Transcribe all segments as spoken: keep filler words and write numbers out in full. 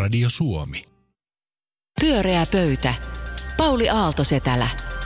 Yleisradio Suomi. Pyöreä pöytä. Pauli Aalto-Setälä.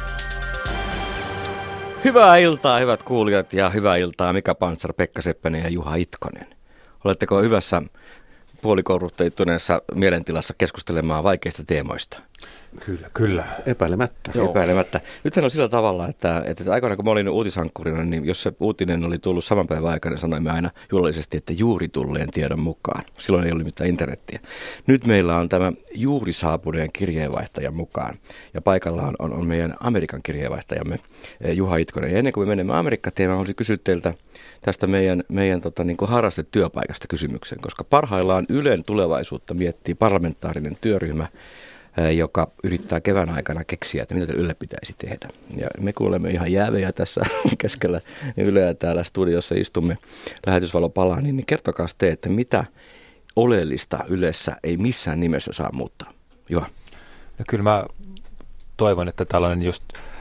Hyvää iltaa, hyvät kuulijat, ja hyvää iltaa Mika Pantsar, Pekka Seppänen ja Juha Itkonen. Oletteko hyvässä puolikorruptoituneessa mielentilassa keskustelemaan vaikeista teemoista? Kyllä, kyllä. Epäilemättä. Joo. Epäilemättä. Nythän on sillä tavalla, että, että aikoinaan kun mä olin uutisankkurina, niin jos se uutinen oli tullut saman päivän aikana, niin sanoimme aina juhlallisesti, että juuri tulleen tiedon mukaan. Silloin ei ollut mitään internettiä. Nyt meillä on tämä juuri saapuneen kirjeenvaihtajan mukaan. Ja paikalla on, on, on meidän Amerikan kirjeenvaihtajamme Juha Itkonen. Ja ennen kuin me menemme Amerikka-teemaan, haluaisin kysyä teiltä tästä meidän, meidän tota, niin kuin harrastetyöpaikasta kysymyksen, koska parhaillaan Ylen tulevaisuutta miettii parlamentaarinen työryhmä, joka yrittää kevään aikana keksiä, että mitä Yle pitäisi tehdä. Ja me kuulemme ihan jäävejä tässä keskellä Yleä täällä studiossa istumme, lähetysvalo palaa, niin kertokaa te, että mitä oleellista Ylessä ei missään nimessä saa muuttaa. Juha. No kyllä mä toivon, että tällainen just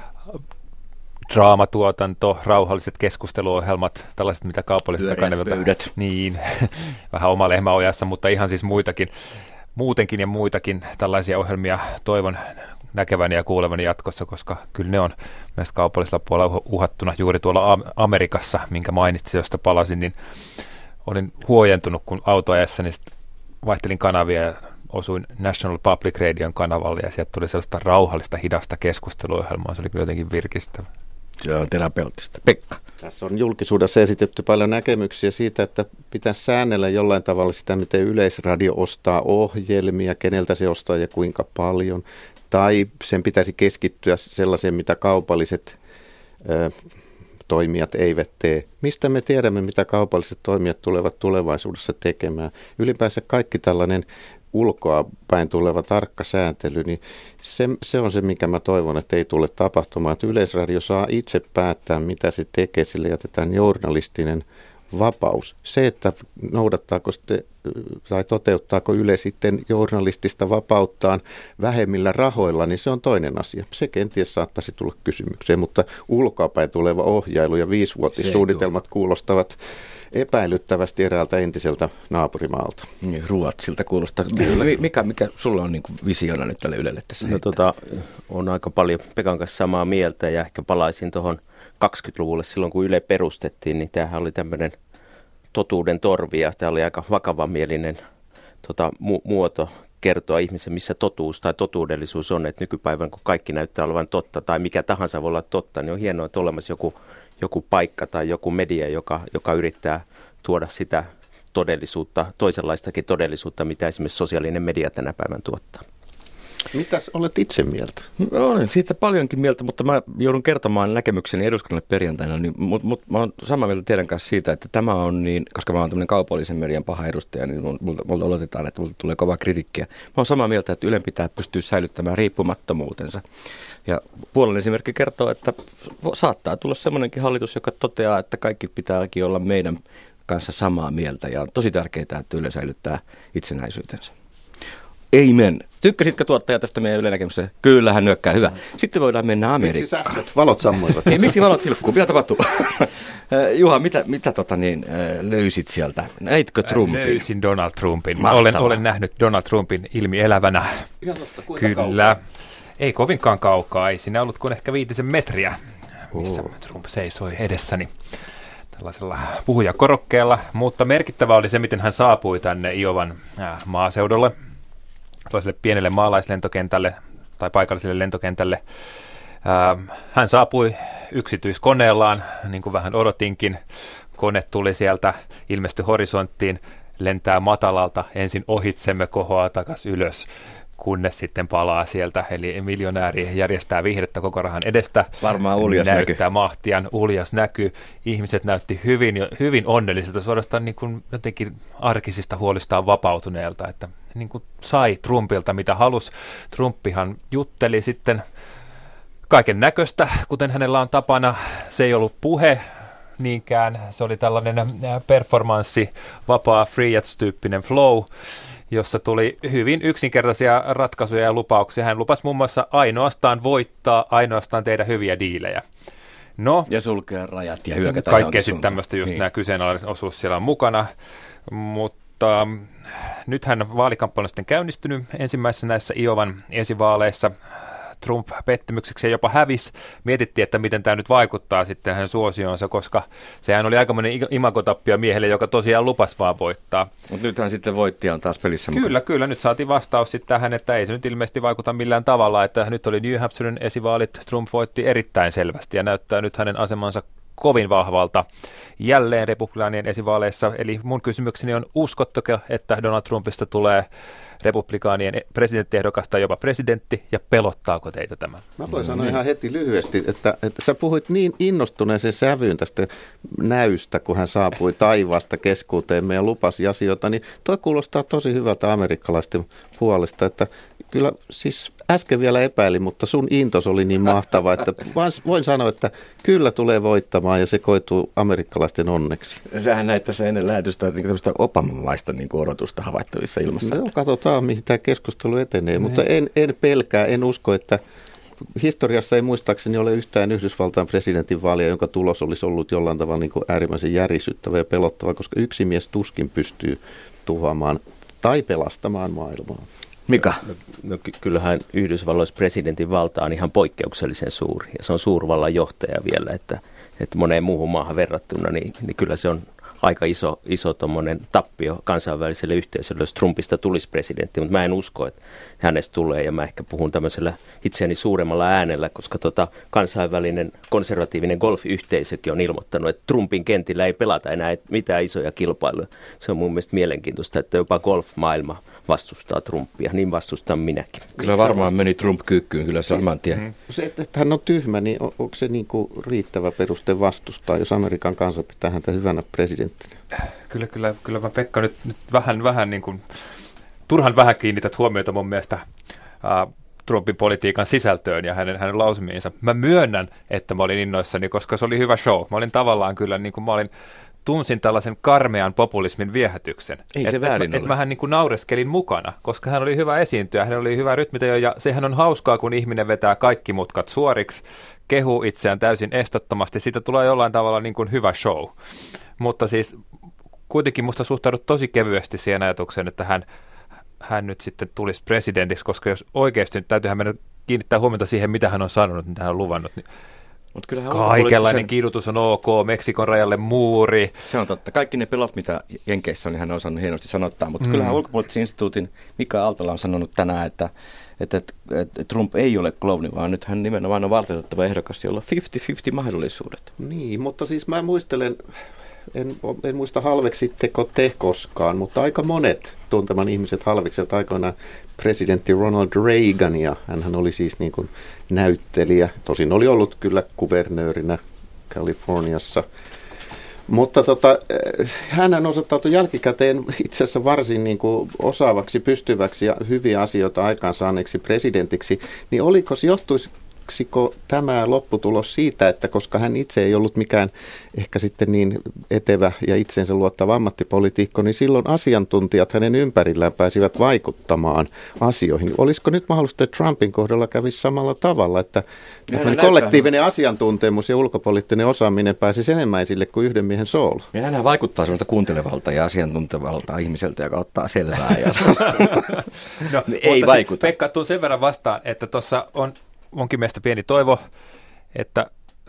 draamatuotanto, rauhalliset keskusteluohjelmat, tällaiset mitä kaupallisilta kanavilta, niin vähän oma lehmä ojassa, mutta ihan siis muitakin. Muutenkin ja muitakin tällaisia ohjelmia toivon näkeväni ja kuulevani jatkossa, koska kyllä ne on myös kaupallisella puolella uhattuna juuri tuolla Amerikassa, minkä mainitsin, josta palasin, niin olin huojentunut, kun autoajassa vaihtelin kanavia ja osuin National Public Radion kanavalle ja sieltä tuli sellaista rauhallista, hidasta keskusteluohjelmaa. Se oli kyllä jotenkin virkistävä. Se on terapeuttista. Pekka. Tässä on julkisuudessa esitetty paljon näkemyksiä siitä, että pitäisi säännellä jollain tavalla sitä, miten Yleisradio ostaa ohjelmia, keneltä se ostaa ja kuinka paljon. Tai sen pitäisi keskittyä sellaiseen, mitä kaupalliset ö, toimijat eivät tee. Mistä me tiedämme, mitä kaupalliset toimijat tulevat tulevaisuudessa tekemään? Ylipäänsä kaikki tällainen ulkoa päin tuleva tarkka sääntely, niin se, se on se, mikä mä toivon, että ei tule tapahtumaan. Että Yleisradio saa itse päättää, mitä se tekee, sille jätetään journalistinen vapaus. Se, että noudattaako sitten, tai toteuttaako Yle sitten journalistista vapauttaan vähemmillä rahoilla, niin se on toinen asia. Se kenties saattaisi tulla kysymykseen, mutta ulkoapäin tuleva ohjailu ja viisivuotissuunnitelmat kuulostavat epäilyttävästi eräältä entiseltä naapurimaalta. Niin, Ruotsilta kuulostaa. Mikä, mikä sulla on niin kuin visiona nyt tälle Ylelle tässä? No, tota, on aika paljon Pekan kanssa samaa mieltä ja ehkä palaisin tuohon kaksikymmentäluvulle silloin, kun Yle perustettiin, niin tämähän oli tämmöinen totuuden torvi ja tämä oli aika vakavamielinen tota, mu- muoto kertoa ihmisen, missä totuus tai totuudellisuus on, että nykypäivän kun kaikki näyttää olevan totta tai mikä tahansa voi olla totta, niin on hienoa, että on olemassa joku joku paikka tai joku media, joka, joka yrittää tuoda sitä todellisuutta, toisenlaistakin todellisuutta, mitä esimerkiksi sosiaalinen media tänä päivän tuottaa. Mitäs olet itse mieltä? Olen siitä paljonkin mieltä, mutta mä joudun kertomaan näkemykseni eduskunnalle perjantaina, niin, mutta mut, mä oon samaa mieltä teidän kanssa siitä, että tämä on niin, koska mä oon tämmöinen kaupallisen median paha edustaja, niin multa, multa oletetaan, että multa tulee kovaa kritiikkiä. Mä oon samaa mieltä, että Ylen pitää pystyä säilyttämään riippumattomuutensa. Ja Puolan esimerkki kertoo, että saattaa tulla semmoinenkin hallitus, joka toteaa, että kaikki pitääkin olla meidän kanssa samaa mieltä. Ja on tosi tärkeää, että Yle säilyttää itsenäisyytensä. Amen. Tykkäsitkö tuottaja tästä meidän Yle näkemyksestä? Kyllä, hän nyökkää. Hyvä. Sitten voidaan mennä Amerikkaan. Miksi sähköt? Valot sammuivat. Ei, miksi valot vilkkuu? Mitä tapahtuu? Juha, mitä, mitä tota niin, löysit sieltä? Näitkö Trumpin? Löysin Donald Trumpin. Olen, olen nähnyt Donald Trumpin ilmielävänä. Kyllä. Kaukaa? Ei kovinkaan kaukaa. Ei siinä ollut kuin ehkä viitisen metriä, missä oh. Trump seisoi edessäni tällaisella puhujakorokkeella. Mutta merkittävä oli se, miten hän saapui tänne Iowan maaseudulle, tällaiselle pienelle maalaislentokentälle tai paikalliselle lentokentälle. Hän saapui yksityiskoneellaan, niin kuin vähän odotinkin. Kone tuli sieltä, ilmestyi horisonttiin, lentää matalalta, ensin ohitsemme, kohoaa takaisin ylös, kunnes sitten palaa sieltä. Eli miljonääri järjestää viihdettä koko rahan edestä. Varmaan uljas näkyy. Näyttää mahtian, uljas näkyy. Ihmiset näytti hyvin, hyvin onnellisilta, suorastaan niin kuin jotenkin arkisista huolistaan vapautuneelta, että niin kuin sai Trumpilta mitä halusi. Trumpihan jutteli sitten kaiken näköistä, kuten hänellä on tapana. Se ei ollut puhe niinkään, se oli tällainen performanssi, vapaa free-jazz-tyyppinen flow, jossa tuli hyvin yksinkertaisia ratkaisuja ja lupauksia. Hän lupasi muun muassa ainoastaan voittaa, ainoastaan tehdä hyviä diilejä. No, ja sulkea rajat ja hyökätä. Kaikkea sitten tämmöistä, just niin. Nämä kyseenalainen osuus siellä on mukana, mutta Mutta nythän vaalikampanja on sitten käynnistynyt ensimmäisessä näissä Iowan esivaaleissa. Trump pettymykseksi ja jopa hävisi. Mietittiin, että miten tämä nyt vaikuttaa sitten hänen suosioonsa, koska sehän oli aikamoinen imagotappio miehelle, joka tosiaan lupasi vaan voittaa. Mutta nythän sitten voittaja on taas pelissä Kyllä, mukaan. kyllä. Nyt saatiin vastaus sitten tähän, että ei se nyt ilmeisesti vaikuta millään tavalla, että nyt oli New Hampshiren esivaalit, Trump voitti erittäin selvästi ja näyttää nyt hänen asemansa kovin vahvalta jälleen republikaanien esivaaleissa. Eli mun kysymykseni on, uskotteko, että Donald Trumpista tulee republikaanien presidenttiehdokas tai jopa presidentti, ja pelottaako teitä tämä? Mä voin sanoa ihan heti lyhyesti, että, että sä puhuit niin innostuneeseen sävyyn tästä näystä, kun hän saapui taivaasta keskuuteemme ja lupasi asioita, niin toi kuulostaa tosi hyvältä amerikkalaisten puolesta, että kyllä siis äsken vielä epäili, mutta sun intos oli niin mahtava, että voin sanoa, että kyllä tulee voittamaan ja se koituu amerikkalaisten onneksi. Sähän näit tässä ennen lähetystä niin tämmöistä Obamamaista niin odotusta havaittavissa ilmassa. No, katsotaan, mihin tämä keskustelu etenee, mutta en, en pelkää, en usko, että historiassa ei muistaakseni ole yhtään Yhdysvaltain presidentinvaalia, jonka tulos olisi ollut jollain tavalla niin kuin äärimmäisen järisyttävä ja pelottava, koska yksi mies tuskin pystyy tuhoamaan tai pelastamaan maailmaa. Mika? No, no ky- kyllähän Yhdysvalloissa presidentin valta on ihan poikkeuksellisen suuri, ja se on suurvallan johtaja vielä, että, että moneen muuhun maahan verrattuna, niin, niin kyllä se on aika iso, iso tommonen tappio kansainväliselle yhteisölle, jos Trumpista tulisi presidentti, mutta mä en usko, että hänestä tulee, ja mä ehkä puhun tämmöisellä itseäni suuremmalla äänellä, koska tota kansainvälinen konservatiivinen golf-yhteisökin on ilmoittanut, että Trumpin kentillä ei pelata enää mitään isoja kilpailuja. Se on mun mielestä mielenkiintoista, että jopa golf-maailma vastustaa Trumpia, niin vastustan minäkin. Kyllä varmaan meni Trump kyykkyyn, kyllä saman siis, tien. Mm-hmm. Se, että hän on tyhmä, niin on, onko se niin kuin riittävä peruste vastustaa, jos Amerikan kansa pitää häntä hyvänä presidenttinä? Kyllä, kyllä, kyllä mä Pekka nyt, nyt vähän, vähän niin kuin, turhan vähän kiinnität huomiota mun mielestä äh, Trumpin politiikan sisältöön ja hänen, hänen lausumiinsa. Mä myönnän, että mä olin innoissani, koska se oli hyvä show. Mä olin tavallaan kyllä, niin kuin mä olin, tunsin tällaisen karmean populismin viehätyksen. Ei se et, väärin et, ole. Että mä hän niin kuin naureskelin mukana, koska hän oli hyvä esiintyjä, hän oli hyvä rytmitö, ja sehän on hauskaa, kun ihminen vetää kaikki mutkat suoriksi, kehuu itseään täysin estottomasti, siitä tulee jollain tavalla niin kuin hyvä show. Mutta siis kuitenkin musta suhtaudut tosi kevyesti siihen ajatukseen, että hän, hän nyt sitten tulisi presidentiksi, koska jos oikeasti nyt täytyyhän meidän kiinnittää huomiota siihen, mitä hän on sanonut, mitä hän on luvannut, niin Mut kaikenlainen kiidutus on ok, Meksikon rajalle muuri. Se on totta. Kaikki ne pelot, mitä Jenkeissä on, niin hän on osannut hienosti sanottaa. Mutta mm. kyllähän ulkopoliittisen instituutin Mika Aaltola on sanonut tänään, että, että, että Trump ei ole klouni, vaan nyt hän nimenomaan on valtatettava ehdokas, jolla on viisikymmentä viisikymmentä mahdollisuudet. Niin, mutta siis mä muistelen, en, en muista halveksitteko te koskaan, mutta aika monet tunteman ihmiset halveksivat aikoinaan presidentti Ronald Reagania. Hänhän oli siis niin kuin näyttelijä, tosin oli ollut kyllä kuvernöörinä Kaliforniassa. Mutta tota, hänhän osoittautui jälkikäteen itse asiassa varsin niin kuin osaavaksi, pystyväksi ja hyviä asioita aikaansaaneeksi presidentiksi. Niin oliko, johtuisiko tämä lopputulos siitä, että koska hän itse ei ollut mikään ehkä sitten niin etevä ja itseensä luottava ammattipoliitikko, niin silloin asiantuntijat hänen ympärillään pääsivät vaikuttamaan asioihin. Olisiko nyt mahdollista, että Trumpin kohdalla kävisi samalla tavalla, että kollektiivinen asiantuntemus ja ulkopoliittinen osaaminen pääsisi enemmän esille kuin yhden miehen soolo? Ja hänhän vaikuttaa sieltä kuuntelevalta ja asiantuntevalta ihmiseltä, joka ottaa selvää. Ja no, ei vaikuta. Pekka, tuun sen verran vastaan, että tuossa on munkin mielestä pieni toivo, että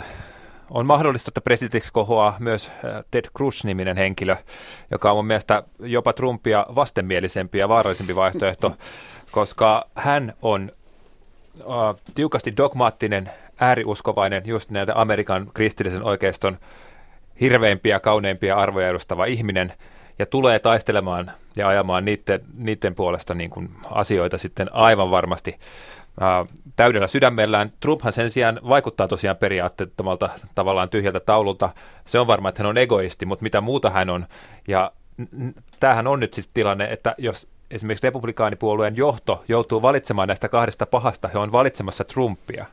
on mahdollista, että presidentiksi kohoaa myös Ted Cruz-niminen henkilö, joka on mun mielestä jopa Trumpia vastenmielisempi ja vaarallisempi vaihtoehto, koska hän on uh, tiukasti dogmaattinen, ääriuskovainen, just näitä Amerikan kristillisen oikeiston hirveimpiä, kauneimpia arvoja edustava ihminen, ja tulee taistelemaan ja ajamaan niiden, niiden puolesta niin kuin asioita sitten aivan varmasti Äh, täydellä sydämellään. Trumphan sen sijaan vaikuttaa tosiaan periaatteettomalta tavallaan tyhjältä taululta. Se on varma, että hän on egoisti, mutta mitä muuta hän on. Ja n- tämähän on nyt siis tilanne, että jos esimerkiksi republikaanipuolueen johto joutuu valitsemaan näistä kahdesta pahasta, he on valitsemassa Trumpia.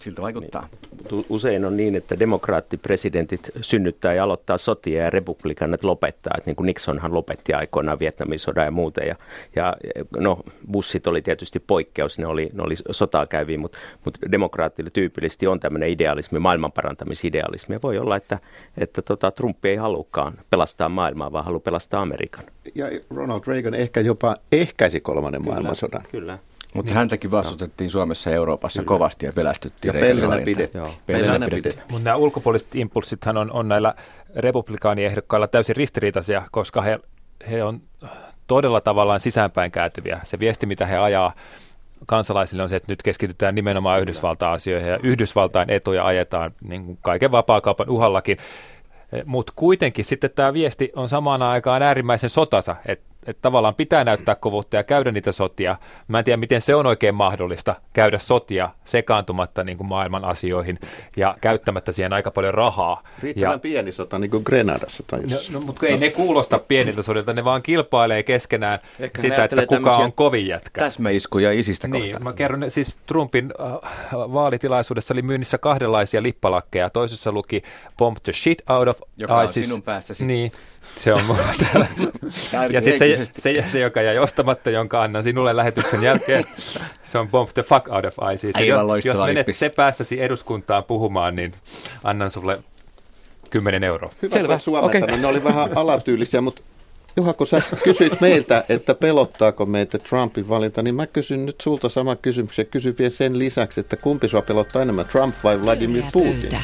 Siltä vaikuttaa. Niin, usein on niin, että demokraattipresidentit synnyttää ja aloittaa sotia ja republikanit lopettaa. Että niin kuin Nixonhan lopetti aikoinaan Vietnamin sodan ja muuta. Ja, ja no, Bushit oli tietysti poikkeus, ne oli, ne oli sotaa käyviä, mutta, mutta demokraattille tyypillisesti on tämmöinen idealismi, maailmanparantamisidealismi. Ja voi olla, että, että tota, Trump ei halukaan pelastaa maailmaa, vaan haluaa pelastaa Amerikan. Ja Ronald Reagan ehkä jopa ehkäisi kolmannen Kyllä, maailmansodan. Kyllä. Mutta niin. häntäkin vastutettiin Suomessa ja Euroopassa Kyllä. kovasti ja pelästyttiin. Ja pellenä pidettiin. Pellenä pidettiin. Mutta nämä ulkopuoliset impulssithan on, on näillä republikaaniehdokkailla täysin ristiriitaisia, koska he, he on todella tavallaan sisäänpäin kääntyviä. Se viesti, mitä he ajaa kansalaisille on se, että nyt keskitytään nimenomaan Yhdysvaltain-asioihin ja Yhdysvaltain etuja ajetaan niin kuin kaiken vapaakaupan uhallakin. Mutta kuitenkin sitten tämä viesti on samaan aikaan äärimmäisen sotasa, että et tavallaan pitää näyttää kovuutta ja käydä niitä sotia. Mä en tiedä, miten se on oikein mahdollista käydä sotia sekaantumatta niin kuin maailman asioihin ja käyttämättä siihen aika paljon rahaa. Riittävän ja, pieni sota, niin kuin Grenadassa tai no, no, mutta ei ne kuulosta pieniltä sodilta, ne vaan kilpailee keskenään Ehkä sitä, että kuka on kovin jätkä. Täsmäiskuja isistä niin, kohtaan. Mä kerron, siis Trumpin äh, vaalitilaisuudessa oli myynnissä kahdenlaisia lippalakkeja. Toisessa luki Bomb the shit out of Joka ISIS. on sinun päässäsi. Niin, se on mulla täällä. Ja sitten se, se, se, joka jäi ostamatta, jonka annan sinulle lähetyksen jälkeen, se on Bomb the fuck out of ISIS. Jos, jos menet se päässäsi eduskuntaan puhumaan, niin annan sulle kymmenen euroa. Hyvä, Selvä. Suomentanut. Okay. Ne oli vähän alatyylisiä, mutta Juha, kun sä kysyit meiltä, että pelottaako meitä Trumpin valinta, niin mä kysyn nyt sulta saman kysymyksen. Kysyn vielä sen lisäksi, että kumpi sua pelottaa enemmän, Trump vai Vladimir Putin?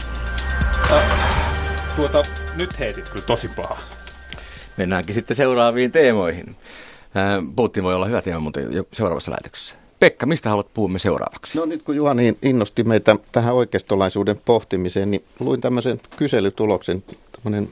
Uh, tuota, nyt heitit kyllä tosi paha. Mennäänkin sitten seuraaviin teemoihin. Putin voi olla hyvä teema muuten jo seuraavassa lähetyksessä. Pekka, mistä haluat puhumme seuraavaksi? No nyt kun Juha niin innosti meitä tähän oikeistolaisuuden pohtimiseen, niin luin tämmöisen kyselytuloksen, tämmöinen,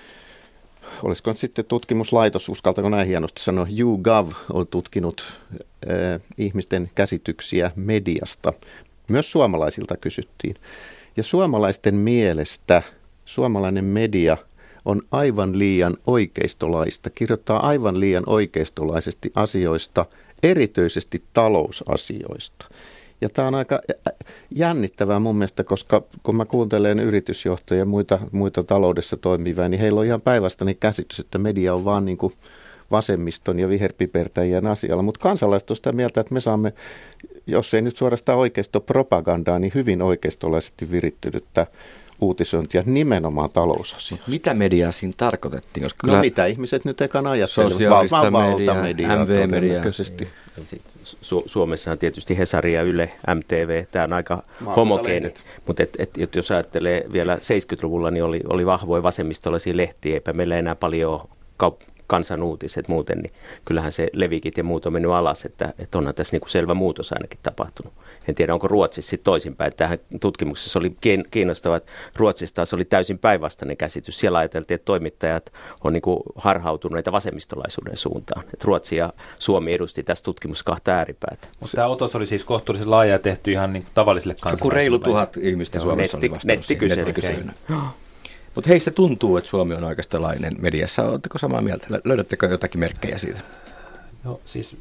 olisiko sitten tutkimuslaitos, uskaltako näin hienosti sanoa, YouGov on tutkinut äh, ihmisten käsityksiä mediasta. Myös suomalaisilta kysyttiin. Ja suomalaisten mielestä suomalainen media on aivan liian oikeistolaista, kirjoittaa aivan liian oikeistolaisesti asioista, erityisesti talousasioista. Ja tämä on aika jännittävää mun mielestä, koska kun mä kuuntelen yritysjohtajia ja muita, muita taloudessa toimivia, niin heillä on ihan päinvastainen käsitys, että media on vaan niin kuin vasemmiston ja viherpipertäjien asialla. Mutta kansalaiset on sitä mieltä, että me saamme, jos ei nyt suorastaan oikeistopropagandaa, niin hyvin oikeistolaisesti virittynyttä uutisointia nimenomaan talousasioista. Mitä mediaa siinä tarkoitettiin? Koska no mitä ihmiset nyt ekan ajattelevat? Sosiaalista mediaa, M V-mediaa. Su- Suomessa on tietysti Hesari ja Yle, M T V, tämä on aika homogeeni. Mutta et, et, et, jos ajattelee vielä seitsemänkymmentäluvulla, niin oli, oli vahvoja vasemmistolaisia lehtiä, eipä meillä enää paljon kaup- kansanuutiset muuten, niin kyllähän se levikit ja muut on mennyt alas, että, että onhan tässä niin kuin selvä muutos ainakin tapahtunut. En tiedä, onko Ruotsissa sitten toisinpäin. Tähän tutkimuksessa oli kiinnostavaa, että Ruotsissa taas oli täysin päinvastainen käsitys. Siellä ajateltiin, että toimittajat on niin kuin harhautuneita vasemmistolaisuuden suuntaan. Että Ruotsi ja Suomi edusti tässä tutkimuksessa kahta ääripäätä. Mutta tämä otos oli siis kohtuullisen laaja ja tehty ihan niin tavallisille kansalaisille. Joku reilu tuhat ihmistä Suomessa netti, oli vastaamassa. Nettikysely. Mutta heistä tuntuu, että Suomi on oikeistolainen mediassa. Oletteko samaa mieltä? Löydättekö jotakin merkkejä siitä? No siis,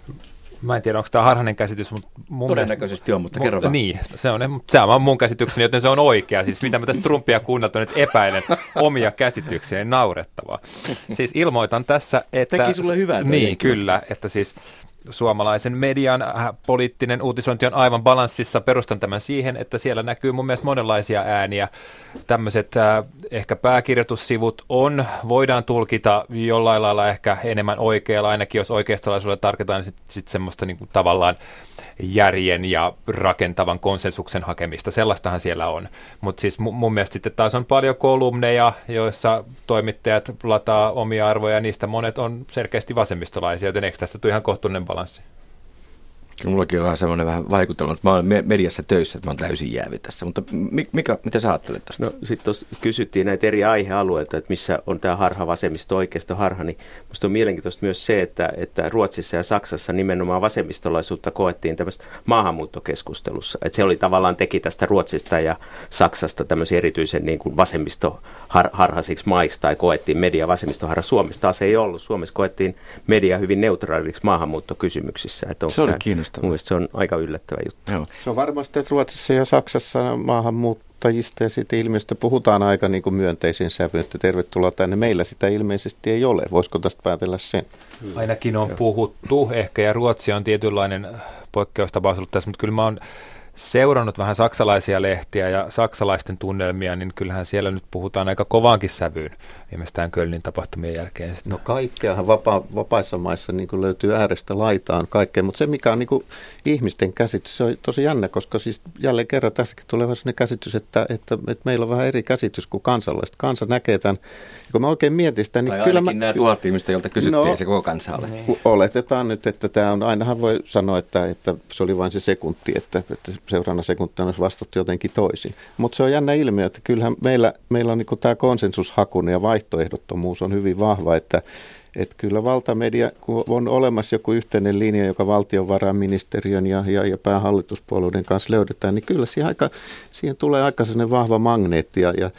mä en tiedä, onko tämä harhainen käsitys, mutta mun todennäköisesti mielestä, on, mutta kerro vaan. Niin, se on, se on mun käsitykseni, joten se on oikea. Siis mitä mä tässä Trumpia kuunneltu nyt epäilen omia käsityksiä, niin naurettavaa. Siis ilmoitan tässä, että... Teki sulle hyvää. Niin, kyllä, että siis... Suomalaisen median poliittinen uutisointi on aivan balanssissa. Perustan tämän siihen, että siellä näkyy mun mielestä monenlaisia ääniä. Tämmöiset äh, ehkä pääkirjoitussivut on, voidaan tulkita jollain lailla ehkä enemmän oikealla, ainakin jos oikeistolaisuudella tarkoitetaan, niin sitten sit semmoista niin kuin tavallaan järjen ja rakentavan konsensuksen hakemista. Sellaistahan siellä on. Mutta siis mun, mun mielestä sitten taas on paljon kolumneja, joissa toimittajat lataa omia arvoja, ja niistä monet on selkeästi vasemmistolaisia, joten eikö tästä tule ihan kohtuullinen balanssi? Kyllä mullakin on vähän semmoinen vähän vaikutelma, että mä olen mediassa töissä, että mä olen täysin jäävi tässä, mutta mikä, mitä sä ajattelet tästä? No sitten tuossa kysyttiin näitä eri aihealueita, että missä on tämä harha vasemmisto, oikeisto harha, niin musta on mielenkiintoista myös se, että, että Ruotsissa ja Saksassa nimenomaan vasemmistolaisuutta koettiin tämmöistä maahanmuuttokeskustelussa, että se oli tavallaan teki tästä Ruotsista ja Saksasta tämmöisen erityisen niin kuin vasemmistoharhaisiksi maiksi tai koettiin media vasemmistoharha. Suomessa taas ei ollut, Suomessa koettiin media hyvin neutraaliksi maahanmuuttokysymyksissä. Että se oli kiinnostavaa. Mun mielestä se on aika yllättävä juttu. Joo. Se on varmasti, että Ruotsissa ja Saksassa maahanmuuttajista ja siitä ilmiöstä puhutaan aika niin kuin myönteisin sävyyn, että tervetuloa tänne. Meillä sitä ilmeisesti ei ole. Voisiko tästä päätellä sen? Ainakin on puhuttu ehkä, ja Ruotsi on tietynlainen poikkeustapaus ollut tässä, mutta kyllä mä oon seurannut vähän saksalaisia lehtiä ja saksalaisten tunnelmia, niin kyllähän siellä nyt puhutaan aika kovaankin sävyyn viimeistään Kölnin tapahtumien jälkeen. No kaikkeahan vapa, vapaissa maissa niin kuin löytyy äärestä laitaan kaikkea, mutta se mikä on niin kuin ihmisten käsitys, se on tosi jännä, koska siis jälleen kerran tässäkin tulee sellainen käsitys, että, että, että meillä on vähän eri käsitys kuin kansalaiset. Kansa näkee tämän, ja kun mä oikein mietin sitä, niin tai kyllä ainakin mä... nämä tuhat ihmistä, jolta kysyttiin, no, se koko kansa ole. Niin. Oletetaan nyt, että tämä on, ainahan voi sanoa, että, että se oli vain se sekunti, että, että seuraavana sekuntina olisi vastattu jotenkin toisin. Mutta se on jännä ilmiö, että kyllähän meillä, meillä on niin kuin tämä konsensushakun ja vaihtoehdottomuus on hyvin vahva, että, että kyllä valtamedia, kun on olemassa joku yhteinen linja, joka valtiovarainministeriön ja, ja, ja päähallituspuolueiden kanssa löydetään, niin kyllä siihen, aika, siihen tulee aika sellainen vahva magneetti ja, ja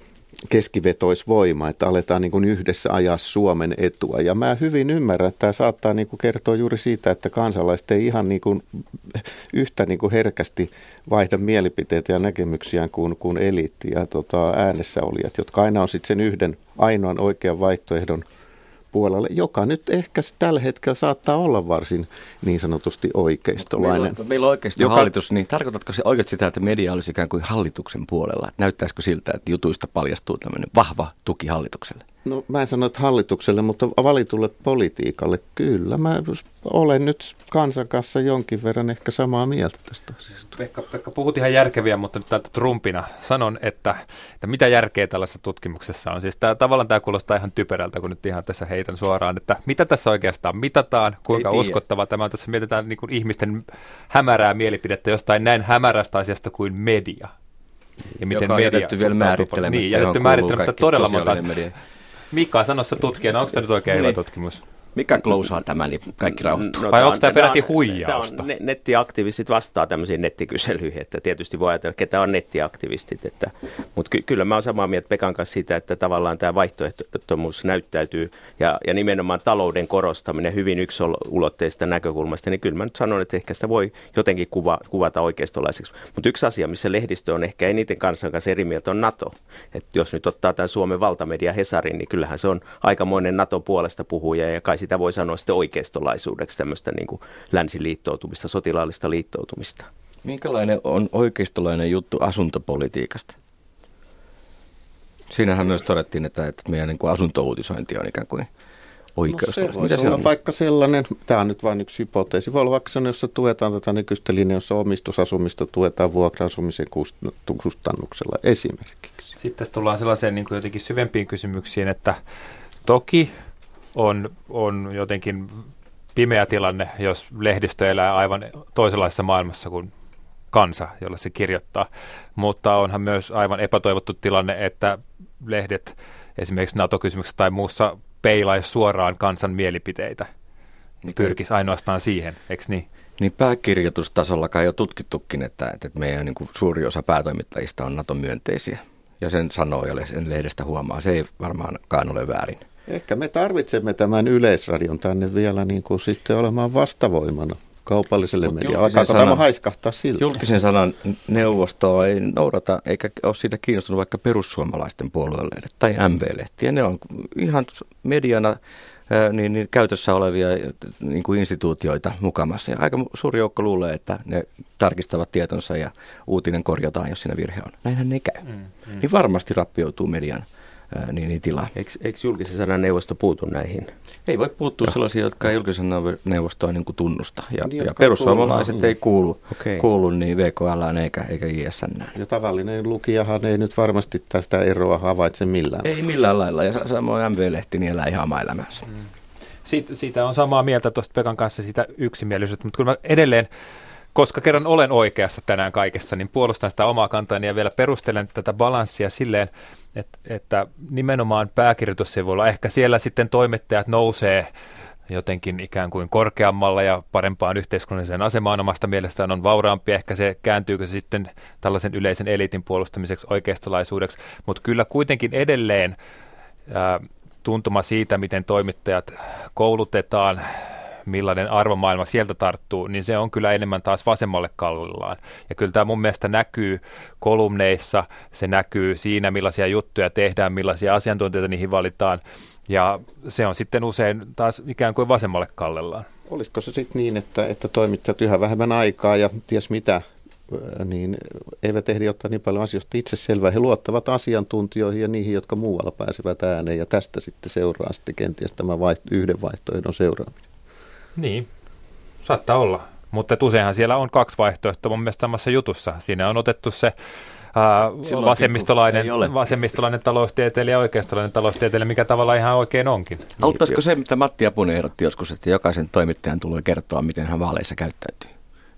keskivetoisvoima, että aletaan niin kuin yhdessä ajaa Suomen etua. Ja mä hyvin ymmärrän, että tämä saattaa niin kuin kertoa juuri siitä, että kansalaiset ei ihan niin kuin yhtä niin kuin herkästi vaihda mielipiteitä ja näkemyksiään kuin, kuin eliitti ja tota, äänessä olijat, jotka aina on sitten sen yhden ainoan oikean vaihtoehdon puolelle, joka nyt ehkä tällä hetkellä saattaa olla varsin niin sanotusti oikeistolainen. Meillä on, meillä on oikeisto joka... hallitus, niin tarkoitatko se oikeasti sitä, että media olisi ikään kuin hallituksen puolella? Näyttäisikö siltä, että jutuista paljastuu tämmöinen vahva tuki hallitukselle? No mä en sano, että hallitukselle, mutta valitulle politiikalle kyllä. Mä olen nyt kansan kanssa jonkin verran ehkä samaa mieltä tästä asiasta. Pekka, Pekka puhut ihan järkeviä, mutta nyt täältä Trumpina sanon, että, että mitä järkeä tällaisessa tutkimuksessa on. Siis tää, tavallaan tämä kuulostaa ihan typerältä, kun nyt ihan tässä heitän suoraan, että mitä tässä oikeastaan mitataan, kuinka uskottava tämä on. Tässä mietitään niin kuin ihmisten hämärää mielipidettä jostain näin hämärästä asiasta kuin media. Ja miten joka on media jätetty vielä määrittelemättä. Niin, jätetty määrittelemättä todella monta. Mika, sano sä tutkijana, onko tämä nyt oikein hyvä tutkimus? Mikä klousaa tämä, niin kaikki rauhoittuu. No, Vai onko tämä peräti huijausta? Ne, nettiaktivistit vastaa tämmöisiin nettikyselyihin, että tietysti voi ajatella, ketä on nettiaktivistit. Että, mutta ky- kyllä mä oon samaa mieltä Pekan kanssa siitä, että tavallaan tämä vaihtoehdottomuus näyttäytyy ja, ja nimenomaan talouden korostaminen hyvin yksilöulotteisesta näkökulmasta, niin kyllä mä nyt sanon, että ehkä sitä voi jotenkin kuva, kuvata oikeistolaiseksi. Mutta yksi asia, missä lehdistö on ehkä eniten kansan kanssa eri mieltä, on NATO. Että jos nyt ottaa tämän Suomen valtamedia Hesarin, niin kyllähän se on aikamoinen NATO puolesta puhuja ja kai sitä voi sanoa sitten oikeistolaisuudeksi, tämmöistä niin kuin länsiliittoutumista, sotilaallista liittoutumista. Minkälainen on oikeistolainen juttu asuntopolitiikasta? Siinähän myös todettiin, että, että meidän niin kuin asuntouutisointi on ikään kuin oikeistolaista. No se voisi olla vaikka sellainen, tämä on nyt vain yksi hypoteesi, voi olla vaikka sellainen, jossa tuetaan tätä nykyistä linjaa, jossa omistusasumista tuetaan vuokra-asumisen kustannuksella esimerkiksi. Sitten tässä tullaan sellaiseen niin kuin jotenkin syvempiin kysymyksiin, että toki On, on jotenkin pimeä tilanne, jos lehdistö elää aivan toisenlaisessa maailmassa kuin kansa, jolla se kirjoittaa. Mutta onhan myös aivan epätoivottu tilanne, että lehdet esimerkiksi NATO-kysymyksessä tai muussa peilaisi suoraan kansan mielipiteitä. Niin pyrkisi ainoastaan siihen, eikö niin? Niin pääkirjoitustasolla kai jo tutkittukin, että, että meidän niin kuin suuri osa päätoimittajista on NATO-myönteisiä. Ja sen sanoo ja sen lehdestä huomaa. Se ei varmaankaan ole väärin. Ehkä me tarvitsemme tämän Yleisradion tänne vielä niin kuin sitten olemaan vastavoimana kaupalliselle medialle. Alkaako tämä haiskahtaa siltä? Julkisen sanan neuvostoa ei noudata eikä ole siitä kiinnostunut vaikka perussuomalaisten puoluelehdet tai M V-lehtiä. Ne on ihan mediana ää, niin, niin käytössä olevia niin kuin instituutioita mukamassa. Ja aika suuri joukko luulee, että ne tarkistavat tietonsa ja uutinen korjataan, jos siinä virhe on. Näinhän ne ei käy. Mm, mm. Niin varmasti rappioituu median Ää, niin, niin tila. Eikö, eikö julkisen sanan neuvosto puutu näihin? Ei voi puuttua Joo. sellaisia, jotka ei julkisen neuvostoa niin kuin tunnusta. Ja, niin, ja perussuomalaiset kuuluu. ei kuulu, okay. kuulu niin V K L eikä, eikä J S N. Ja tavallinen lukijahan ei nyt varmasti tästä eroa havaitse millään. Ei millään lailla. Ja samoin M V-lehti niin elää ihan omaa elämäänsä. Mm. Siitä, siitä on samaa mieltä tuosta Pekan kanssa sitä yksimielisyyttä, mutta kyllä mä edelleen, koska kerran olen oikeassa tänään kaikessa, niin puolustan sitä omaa kantaani ja vielä perustelen tätä balanssia silleen, että, että nimenomaan pääkirjoitussivuilla ehkä siellä sitten toimittajat nousee jotenkin ikään kuin korkeammalla ja parempaan yhteiskunnalliseen asemaan omasta mielestään on vauraampi. Ehkä se kääntyykö se sitten tällaisen yleisen eliitin puolustamiseksi oikeistolaisuudeksi, mutta kyllä kuitenkin edelleen ää, tuntuma siitä, miten toimittajat koulutetaan, millainen arvomaailma sieltä tarttuu, niin se on kyllä enemmän taas vasemmalle kallellaan. Ja kyllä tämä mun mielestä näkyy kolumneissa, se näkyy siinä, millaisia juttuja tehdään, millaisia asiantuntijoita niihin valitaan, ja se on sitten usein taas ikään kuin vasemmalle kallellaan. Olisiko se sitten niin, että, että toimittajat yhä vähemmän aikaa ja ties mitä, niin eivät ehdi ottaa niin paljon asioista itse selvää. He luottavat asiantuntijoihin ja niihin, jotka muualla pääsevät ääneen, ja tästä sitten seuraa sitten kenties tämä vaiht- yhden vaihtoehdon seuraaminen. Niin, saattaa olla. Mutta useinhan siellä on kaksi vaihtoehtoa mun mielestä samassa jutussa. Siinä on otettu se ää, vasemmistolainen, vasemmistolainen taloustieteilijä ja oikeistolainen taloustieteilijä, mikä tavallaan ihan oikein onkin. Auttaisiko se, mitä Matti Apunen ehdotti joskus, että jokaisen toimittajan tulee kertoa, miten hän vaaleissa käyttäytyy?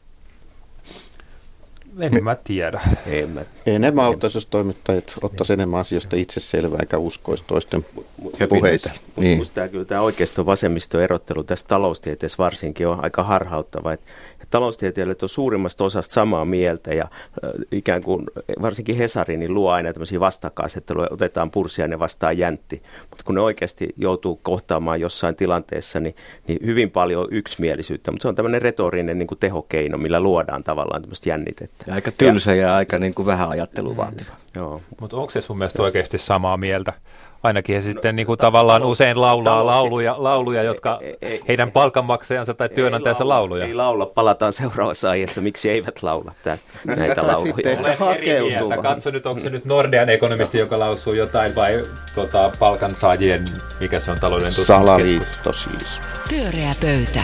En mä tiedä. En mä. Enemmän auttaisi, jos toimittajat ottaisi enemmän asioista itse selvää, eikä uskoisi toisten puheita. Niin. Musta tämä, kyllä, tämä oikeisto-vasemmisto erottelu tässä taloustieteessä varsinkin on aika harhauttava. Että taloustieteilijät on suurimmasta osasta samaa mieltä ja äh, ikään kuin varsinkin Hesari niin luo aina tämmöisiä vastakkainasetteluja, otetaan Pursiainen vastaan Jäntti. Mutta kun ne oikeasti joutuu kohtaamaan jossain tilanteessa, niin, niin hyvin paljon yksimielisyyttä. Mutta se on tämmöinen retorinen niin kuin tehokeino, millä luodaan tavallaan tämmöistä jännitettä. Ja aika tylsä ja, ja aika niin kuin vähän ajattelua vaativa. Joo. Mutta onko se sun mielestä oikeasti samaa mieltä? Ainakin he sitten no, niin kuin tavallaan talous, usein laulaa talous, lauluja, lauluja, jotka ei, ei, heidän palkanmaksajansa tai työnantajansa laula, lauluja. Ei laula, palataan seuraavassa aiheessa. Miksi eivät laula tää, näitä lauluja? Olen eri mieltä. Katso nyt, onko se nyt Nordean ekonomisti, joka lausuu jotain, vai tuota, palkansaajien, mikä se on talouden tutkimuskeskus? Salaliitto siis. Pyöreä pöytä.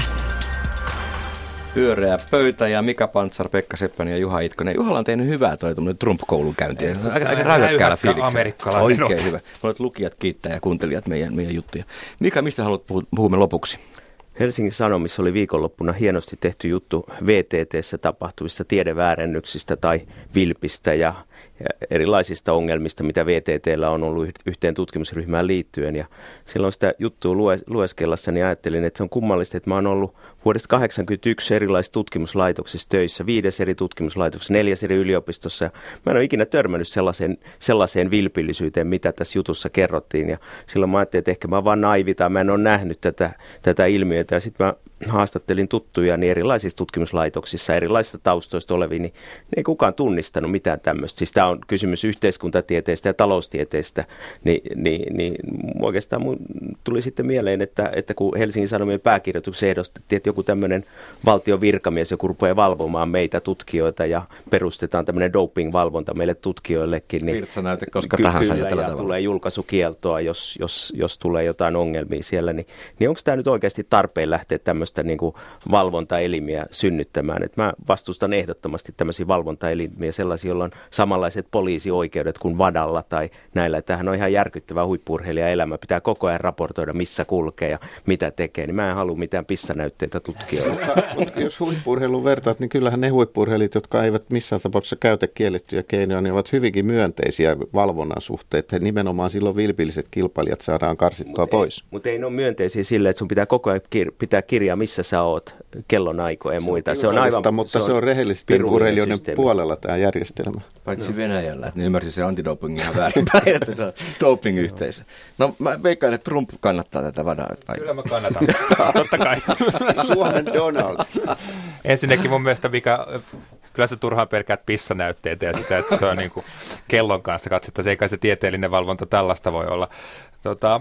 Pyöreä pöytä ja Mika Pantsar, Pekka Seppänen ja Juha Itkonen. Juhalla on tehnyt hyvää toi Trump-koulunkäynti. Aika, aika räyhäkkäällä fiiliksellä. Oikein hyvä. Monet lukijat kiittää ja kuuntelijat meidän, meidän juttuja. Mika, mistä haluat puhumme lopuksi? Helsingin Sanomissa oli viikonloppuna hienosti tehty juttu V T T:ssä tapahtuvista tiedeväärännyksistä tai vilpistä ja, ja erilaisista ongelmista, mitä V T T:llä on ollut yhteen tutkimusryhmään liittyen. Ja silloin sitä juttua lue, lueskellessa niin ajattelin, että se on kummallista, että mä oon ollut vuodesta kahdeksankymmentäyksi erilaisissa tutkimuslaitoksissa töissä, viides eri tutkimuslaitoksessa, neljäs eri yliopistossa. Ja mä en ole ikinä törmännyt sellaiseen, sellaiseen vilpillisyyteen, mitä tässä jutussa kerrottiin. Ja silloin mä ajattelin, että ehkä mä oon vaan naivi tai mä en ole nähnyt tätä, tätä ilmiötä. Ja sitten mä haastattelin tuttuja niin erilaisissa tutkimuslaitoksissa, erilaisista taustoista oleviin, niin ei kukaan tunnistanut mitään tämmöistä. Siis tämä on kysymys yhteiskuntatieteestä ja taloustieteestä, niin, niin, niin oikeastaan mun tuli sitten mieleen, että, että kun Helsingin Sanomien pääkirjoituksessa ehdostettiin, että joku tämmöinen valtion virkamies, joku rupeaa valvomaan meitä tutkijoita ja perustetaan tämmöinen doping-valvonta meille tutkijoillekin, niin virtsanäyte koska ky- tahansa kyllä, ja tavalla. Tulee julkaisukieltoa, jos, jos, jos tulee jotain ongelmia siellä, niin, niin onko tämä nyt oikeasti tarpeen lähteä tämmöistä niin kuin valvontaelimiä synnyttämään? Et mä vastustan ehdottomasti tämmöisiä valvontaelimiä, sellaisia, joilla on samanlaiset poliisioikeudet kuin Vadalla tai näillä. Tämähän on ihan järkyttävä huippu-urheilijan elämä. Pitää koko ajan raportoida, missä kulkee ja mitä tekee. Niin mä en halua mitään pissanäytteitä tutkijoille. Mutta jos huippu-urheilun vertaat, niin kyllähän ne huippu-urheilijat, jotka eivät missään tapauksessa käytä kiellettyjä keinoja, niin ovat hyvinkin myönteisiä valvonnan suhteen. He nimenomaan silloin vilpilliset kilpailijat saadaan karsittua mut pois. Mutta ei ne ole myönteisiä sille, että sun pitää koko ajan kir- pitää kirjaa, missä sä oot, kellonaikoja ja muita. Se on aivan, mutta se on, on rehellisten urheilijoiden puolella tämä järjestelmä. Paitsi no. Venäjällä, että ne ymmärsi se antidopingin ihan väärinpäin, että se on doping-yhteisö. No mä veikkaan, että Trump kannattaa tätä vadaa. Kyllä mä kannatan, totta kai. Suomen Donald. Ensinnäkin mun mielestä, mikä, kyllä se turhaan pelkäät pissanäytteitä ja sitä, että se on niin kuin kellon kanssa katsotaan, eikä se tieteellinen valvonta tällaista voi olla. Tota,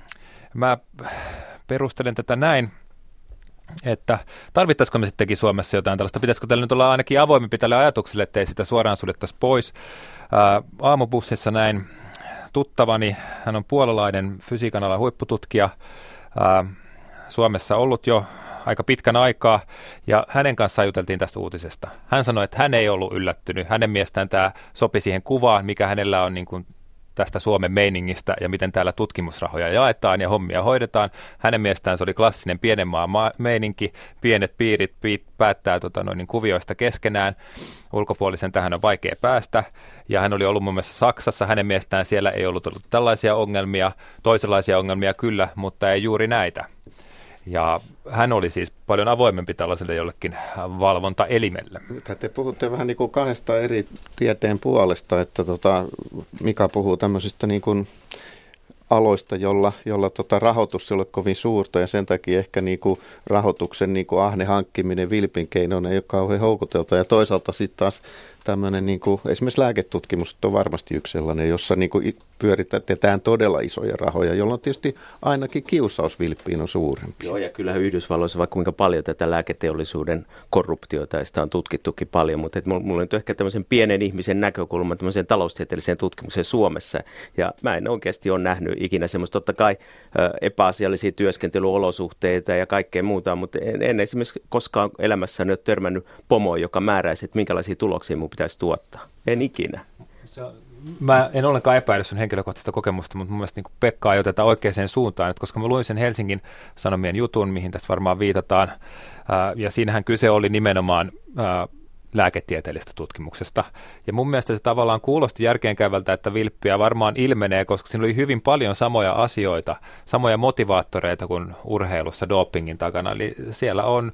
mä perustelen tätä näin, että tarvittaisiko me sittenkin Suomessa jotain tällaista, pitäisikö tällä nyt olla ainakin avoimempi tälle ajatukselle, ettei sitä suoraan suljettaisi pois. Ää, aamubussissa näin tuttavani, hän on puolalainen fysiikan alan huippututkija, ää, Suomessa ollut jo aika pitkän aikaa, ja hänen kanssaan juteltiin tästä uutisesta. Hän sanoi, että hän ei ollut yllättynyt. Hänen mielestään tämä sopi siihen kuvaan, mikä hänellä on niin kuin tästä Suomen meiningistä ja miten täällä tutkimusrahoja jaetaan ja hommia hoidetaan. Hänen mielestään se oli klassinen pienen maan meininki. Pienet piirit piit, päättää tota, noin, niin kuvioista keskenään. Ulkopuolisen tähän on vaikea päästä. Ja hän oli ollut muun muassa Saksassa. Hänen mielestään siellä ei ollut ollut tällaisia ongelmia. Toisenlaisia ongelmia kyllä, mutta ei juuri näitä. Ja hän oli siis paljon avoimempi tällaiselle jollekin valvontaelimelle. Te puhutte vähän niin kuin kahdesta eri tieteen puolesta, että tota, Mika puhuu tämmöisistä niin kuin aloista, jolla, jolla tota rahoitus ei ole kovin suurta ja sen takia ehkä niin kuin rahoituksen niin kuin ahne hankkiminen vilpin keinoin ei ole kauhean houkutelta. Ja toisaalta sitten taas tämmöinen niin kuin, esimerkiksi lääketutkimus on varmasti yksi sellainen, jossa niin kuin pyöritetään todella isoja rahoja, jolloin tietysti ainakin kiusaus vilppiin on suurempi. Joo, ja kyllähän Yhdysvalloissa vaikka kuinka paljon tätä lääketeollisuuden korruptiota, ja sitä on tutkittukin paljon, mutta et mulla on ehkä tämmöisen pienen ihmisen näkökulman tämmöiseen taloustieteelliseen tutkimukseen Suomessa, ja mä en oikeasti ole nähnyt ikinä semmoista, totta kai epäasiallisia työskentelyolosuhteita ja kaikkea muuta, mutta en, en esimerkiksi koskaan elämässäni ole törmännyt pomoon, joka määräisi, että minkälaisia tuloksia mun pitäisi tuottaa. En ikinä. Se on, mä en ollenkaan epäile sun henkilökohtaista kokemusta, mutta mun mielestä niin Pekka ajoi tätä oikeaan suuntaan, että koska mä luin sen Helsingin Sanomien jutun, mihin tässä varmaan viitataan, ää, ja siinähän kyse oli nimenomaan ää, lääketieteellisestä tutkimuksesta. Ja mun mielestä se tavallaan kuulosti järkeenkäyvältä, että vilppiä varmaan ilmenee, koska siinä oli hyvin paljon samoja asioita, samoja motivaattoreita kuin urheilussa dopingin takana. Eli siellä on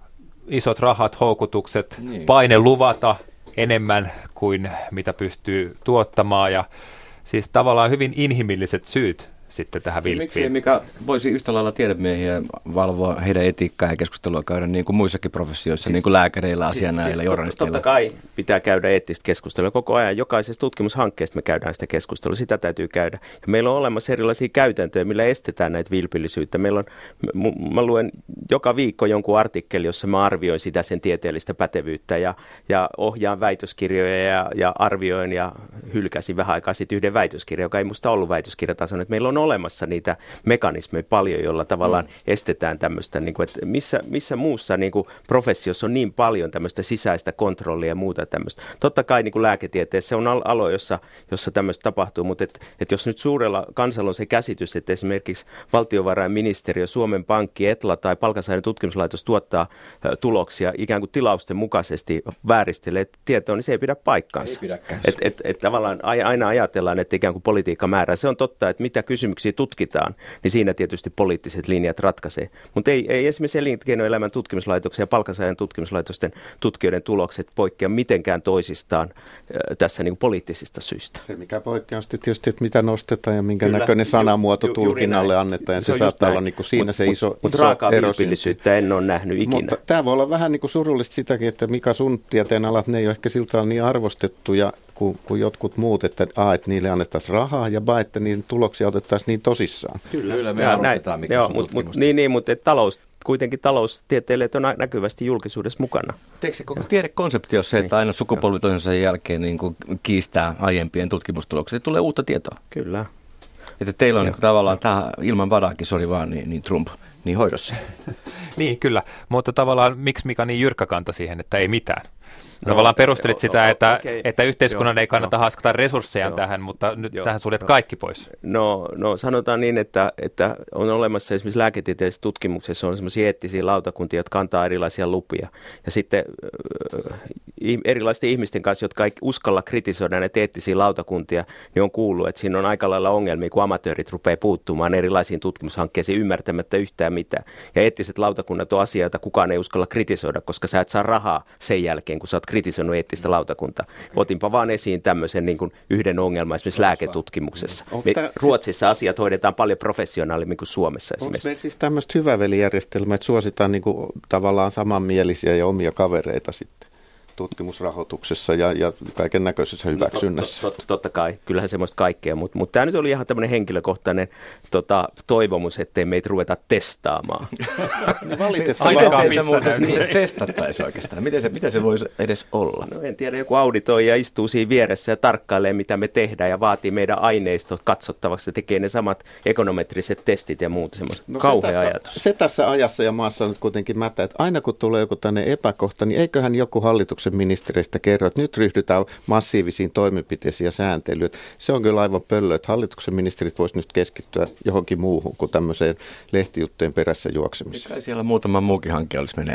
isot rahat, houkutukset, niin. Paine luvata enemmän kuin mitä pystyy tuottamaan ja siis tavallaan hyvin inhimilliset syyt sitten tähän vilppiin. Miksi mikä voisi yhtä lailla tiedemiehiä valvoa heidän etiikkaa ja keskustelua käydä niin kuin muissakin professioissa, siis, niin kuin lääkäreillä, asianajilla, siis, journalisteilla? Totta kai pitää käydä eettistä keskustelua koko ajan. Jokaisessa tutkimushankkeesta me käydään sitä keskustelua, sitä täytyy käydä. Ja meillä on olemassa erilaisia käytäntöjä, millä estetään näitä vilpillisyyttä. Meillä on, mä luen joka viikko jonkun artikkeli, jossa mä arvioin sitä sen tieteellistä pätevyyttä ja, ja ohjaan väitöskirjoja ja, ja arvioin ja hylkäsin vähän aikaa sitten yhden väitöskirjan, joka ei musta ollut väitöskirjatason. Meillä on olemassa niitä mekanismeja paljon, joilla tavallaan mm. estetään tämmöistä, niin kuin, että missä, missä muussa niin kuin professiossa on niin paljon tämmöistä sisäistä kontrollia ja muuta tämmöistä. Totta kai niin kuin lääketieteessä se on alo, jossa, jossa tämmöistä tapahtuu, mutta et, et jos nyt suurella kansalla on se käsitys, että esimerkiksi valtiovarainministeriö, Suomen Pankki, Etla tai Palkansaajan tutkimuslaitos tuottaa ä, tuloksia ikään kuin tilausten mukaisesti vääristelee tietoa, niin se ei pidä paikkaansa. Ei pidäkään. Et, et, et tavallaan aina ajatellaan, että ikään kuin politiikka määrää. Se on totta, että mitä kysymyksiä tutkitaan, niin siinä tietysti poliittiset linjat ratkaisee. Mutta ei, ei esimerkiksi elinkeinoelämän tutkimuslaitoksen ja Palkansaajan tutkimuslaitosten tutkijoiden tulokset poikkea mitenkään toisistaan äh, tässä niin kuin poliittisista syistä. Se mikä poikkeaa on tietysti, että mitä nostetaan ja minkä Kyllä, näköinen sanamuoto ju, ju, tulkinnalle annetaan. Ja se, se saattaa olla niin kuin siinä mut, se iso, mut, iso mut raakaa vilpillisyyttä en ole nähnyt ikinä. Mutta tämä voi olla vähän niin kuin surullista sitäkin, että mikä sun tieteen alat, ne ei ole ehkä siltä niin arvostettuja kuin, kuin jotkut muut, että a, että niille annettaisiin rahaa ja b, että niiden tuloksia otettaisiin niin tosissaan. Kyllä, Kyllä me arvostetaan, mikä on mut, mut, Niin, niin mutta talous, kuitenkin taloustieteilijät on näkyvästi julkisuudessa mukana. Eikö se koko tiedekonsepti on se, että aina sukupolvi toisensa jälkeen niin kuin kiistää aiempien tutkimustuloksia, että tulee uutta tietoa? Kyllä. Että teillä on niin kuin tavallaan tämä ilman vadaakin, sori vaan, niin, niin Trump, niin hoidossa. Niin, kyllä. Mutta tavallaan miksi Mika niin jyrkkä kanta siihen, että ei mitään? No, tavallaan perustelit joo, sitä, että, okay. että yhteiskunnan joo, ei kannata joo, haskata resursseja joo, tähän, mutta nyt joo, tähän suljet joo. kaikki pois. No, no sanotaan niin, että, että on olemassa esimerkiksi lääketieteellisessä tutkimuksessa on sellaisia eettisiä lautakuntia, jotka antaa erilaisia lupia. Ja sitten äh, erilaisten ihmisten kanssa, jotka ei uskalla kritisoida näitä eettisiä lautakuntia, niin on kuullut, että siinä on aika lailla ongelmia, kun amatöörit rupeaa puuttumaan erilaisiin tutkimushankkeisiin ymmärtämättä yhtään mitään. Ja eettiset lautakunnat on asia, jota kukaan ei uskalla kritisoida, koska sä et saa rahaa sen jälkeen, kun sä oot kritisoinut eettistä lautakuntaa. Otinpa vaan esiin tämmöisen niin kuin yhden ongelman esimerkiksi lääketutkimuksessa. Me, tämä, Ruotsissa siis, asiat hoidetaan paljon professionaalimmin kuin Suomessa esimerkiksi. Onko meillä siis tämmöistä hyvävelijärjestelmää, että suositaan niin kuin tavallaan samanmielisiä ja omia kavereita sitten tutkimusrahoituksessa ja, ja kaiken näköisessä hyväksynnässä? No, tot, tot, totta kai, kyllähän semmoista kaikkea, mutta mut tämä nyt oli ihan tämmöinen henkilökohtainen tota, toivomus, ettei meitä ruveta testaamaan. Niin valitettavasti. Miten muuten niin testattaisiin oikeastaan? Miten se, miten se voisi edes olla? No en tiedä, joku auditoija istuu siinä vieressä ja tarkkailee, mitä me tehdään ja vaatii meidän aineistot katsottavaksi ja tekee ne samat ekonometriset testit ja muut semmoista. No kauhea se tässä, ajatus. Se tässä ajassa ja maassa on nyt kuitenkin mätä, että aina kun tulee joku tänne epäkohta, niin eiköhän joku hallituksen ministereistä kerro, että nyt ryhdytään massiivisiin toimenpiteisiin ja sääntelyyn. Se on kyllä aivan pöllö, että hallituksen ministerit voisivat nyt keskittyä johonkin muuhun kuin tämmöiseen lehtijuttujen perässä juoksemiseen. Kai siellä muutama muukin hanke olisi meneillään.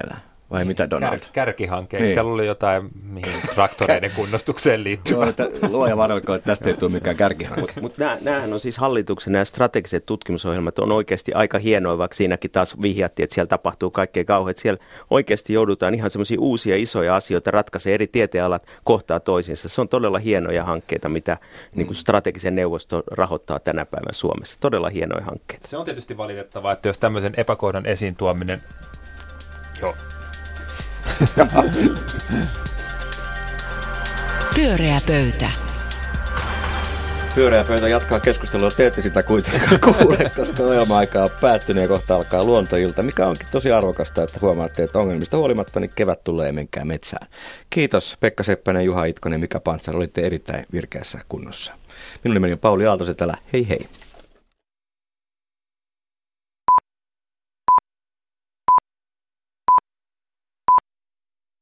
Vai niin, mitä Donald? Kär, kärkihanke. Niin. Siellä oli jotain, mihin traktoreiden kunnostukseen liittyvä. Luoja varoiko, että tästä ei tule mikään kärkihanke. Mutta mut näähän on siis hallituksen nämä strategiset tutkimusohjelmat on oikeasti aika hienoa, vaikka siinäkin taas vihjattiin, että siellä tapahtuu kaikkea kauheaa. Siellä oikeasti joudutaan ihan semmoisia uusia isoja asioita ratkaisee eri tieteenalat kohtaa toisiinsa. Se on todella hienoja hankkeita, mitä mm. niin kuin strategisen neuvosto rahoittaa tänä päivänä Suomessa. Todella hienoja hankkeita. Se on tietysti valitettavaa, että jos tämmöisen epäkohdan esiin tuominen... Joo. Pyöreä pöytä. Pyöreä pöytä jatkaa keskustelua, te ette sitä kuitenkaan kuule, koska ohjelma-aika on päättynyt ja kohta alkaa luontoilta, mikä onkin tosi arvokasta, että huomaatte, että ongelmista huolimatta niin kevät tulee, menkää metsään. Kiitos Pekka Seppänen, Juha Itkonen, Mika Pantsar, olitte erittäin virkeässä kunnossa. Minun nimeni on Pauli Aalto-Setälä, hei hei.